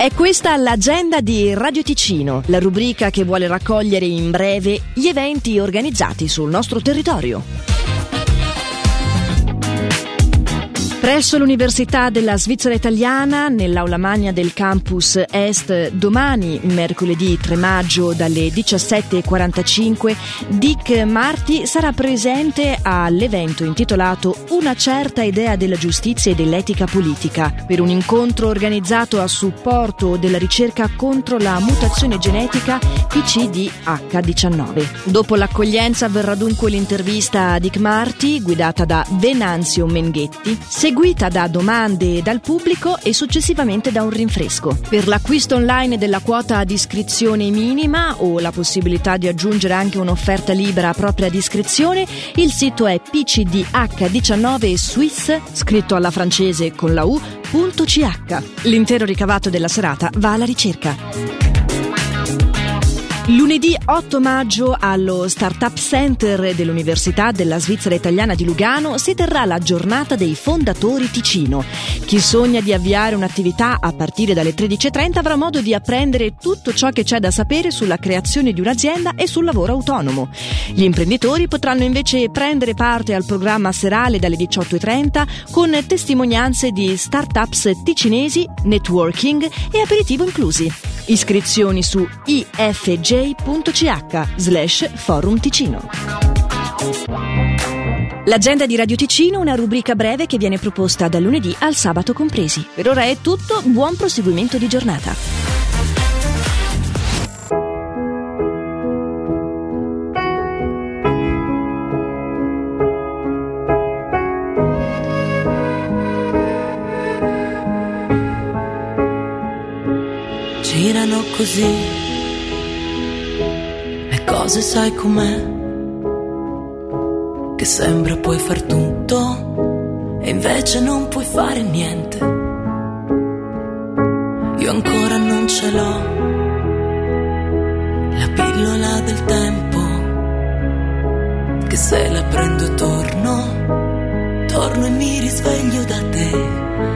È questa l'agenda di Radio Ticino, la rubrica che vuole raccogliere in breve gli eventi organizzati sul nostro territorio. Presso l'Università della Svizzera Italiana, nell'aula magna del campus Est, domani, mercoledì 3 maggio, dalle 17:45, Dick Marty sarà presente all'evento intitolato Una certa idea della giustizia e dell'etica politica, per un incontro organizzato a supporto della ricerca contro la mutazione genetica PCDH19. Dopo l'accoglienza verrà dunque l'intervista a Dick Marty, guidata da Venanzio Menghetti, seguita da domande dal pubblico e successivamente da un rinfresco. Per l'acquisto online della quota di iscrizione minima o la possibilità di aggiungere anche un'offerta libera a propria discrezione, il sito è pcdh19swiss, scritto alla francese con la U.ch. L'intero ricavato della serata va alla ricerca. Lunedì 8 maggio allo Startup Center dell'Università della Svizzera Italiana di Lugano si terrà la giornata dei fondatori Ticino. Chi sogna di avviare un'attività a partire dalle 13:30 avrà modo di apprendere tutto ciò che c'è da sapere sulla creazione di un'azienda e sul lavoro autonomo. Gli imprenditori potranno invece prendere parte al programma serale dalle 18:30 con testimonianze di startups ticinesi, networking e aperitivo inclusi. Iscrizioni su ifj.ch/forum Ticino. L'agenda di Radio Ticino, una rubrica breve che viene proposta dal lunedì al sabato compresi. Per ora è tutto, buon proseguimento di giornata. Girano così le cose, sai com'è, che sembra puoi far tutto e invece non puoi fare niente. Io ancora non ce l'ho, la pillola del tempo, che se la prendo torno e mi risveglio da te.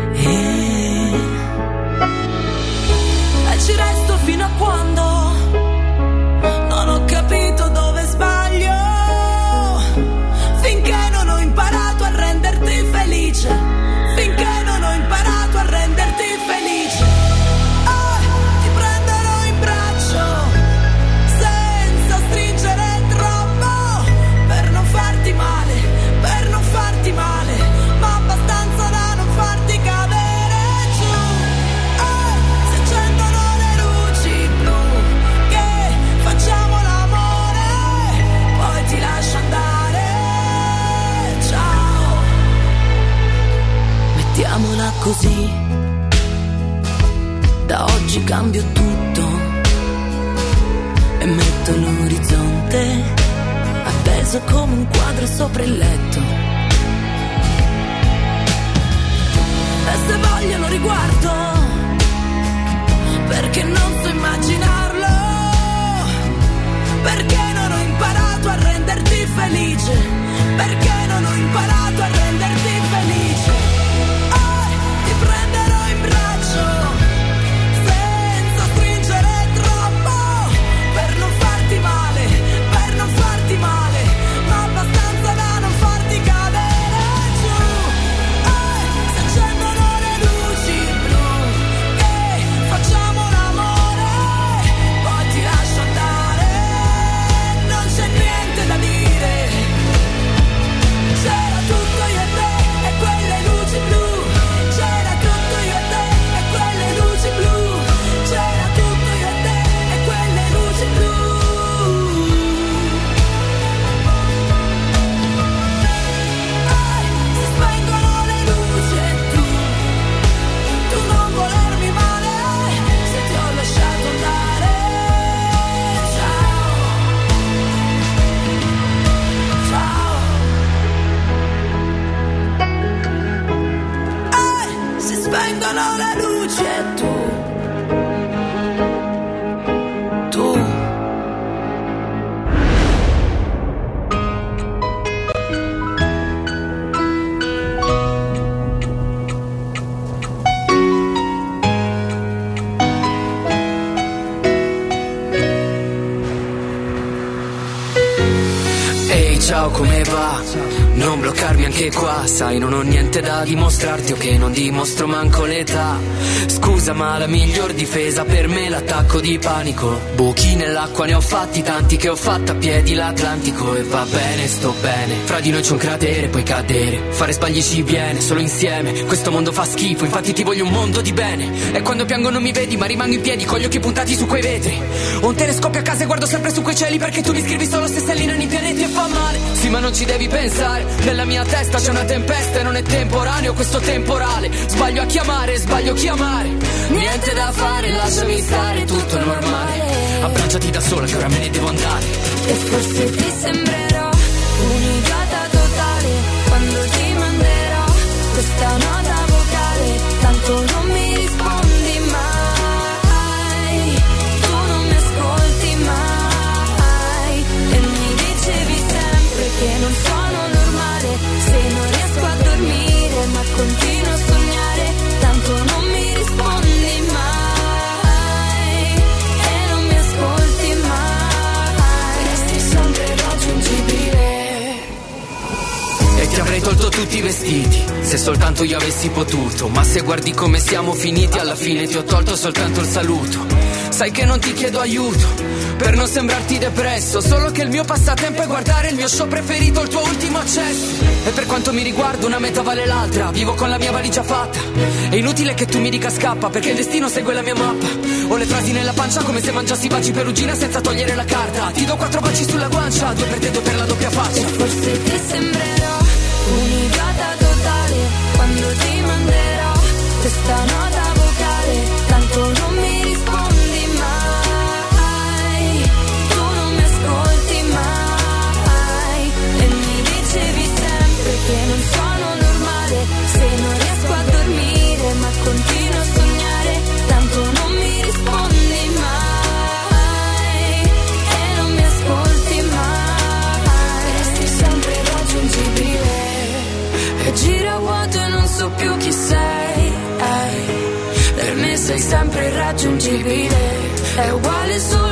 Ci resto fino a quando non ho capito dove sbaglio, finché non ho imparato a renderti felice, finché non ho imparato a renderti felice. Ti prenderò in braccio senza stringere troppo, per non farti male, ma abbastanza da non farti cadere. Mettiamola così, da oggi cambio tutto e metto l'orizzonte appeso come un quadro sopra il letto. E se voglio lo riguardo, perché non so immaginarlo, perché non ho imparato a renderti felice, perché non ho imparato a renderti felice. Spengono le luci e tu ciao, come va? Non bloccarmi anche qua, sai non ho niente da dimostrarti o che non dimostro manco l'età. Scusa ma la miglior difesa per me è l'attacco di panico. Buchi nell'acqua ne ho fatti tanti che ho fatto a piedi l'Atlantico. E va bene, sto bene, fra di noi c'è un cratere, puoi cadere, fare sbagli ci viene, solo insieme questo mondo fa schifo, infatti ti voglio un mondo di bene. E quando piango non mi vedi ma rimango in piedi con gli occhi puntati su quei vetri. Ho un telescopio a casa e guardo sempre su quei cieli perché tu mi scrivi solo se stellina nei pianeti e fa male. Sì ma non ci devi pensare, nella mia testa c'è una tempesta e non è temporaneo questo temporale. Sbaglio a chiamare, sbaglio a chiamare. Niente da fare, lasciami stare, tutto è normale. Abbracciati da sola che ora me ne devo andare. E forse ti sembrerò un'idiota totale quando ti manderò questa nota vocale. Tanto non mi rispondi mai, tu non mi ascolti mai. E mi dicevi sempre che non sono normale se non riesco a dormire, ma continuo a sognare. Tanto non mi rispondi mai e non mi ascolti mai. Resti sempre irraggiungibile. E ti avrei tolto tutti i vestiti se soltanto io avessi potuto. Ma se guardi come siamo finiti, alla fine ti ho tolto soltanto il saluto. Sai che non ti chiedo aiuto per non sembrarti depresso, solo che il mio passatempo è guardare il mio show preferito, il tuo ultimo accesso. E per quanto mi riguarda una meta vale l'altra, vivo con la mia valigia fatta. È inutile che tu mi dica scappa perché il destino segue la mia mappa. Ho le frasi nella pancia come se mangiassi baci perugina senza togliere la carta. Ti do 4 baci sulla guancia, 2 per te, 2 per la doppia faccia. E forse ti sembrerò un'idiota totale quando ti manderò questa nota vocale. Tanto non mi rispondi mai, tu non mi ascolti mai. E mi dicevi sempre che non sono normale se non riesco a dormire, ma continuo a sognare. Tanto non mi rispondi mai e non mi ascolti mai. Resti sempre irraggiungibile. E gira a vuoto e non so più chi sei. Per me sei sempre irraggiungibile. È uguale solo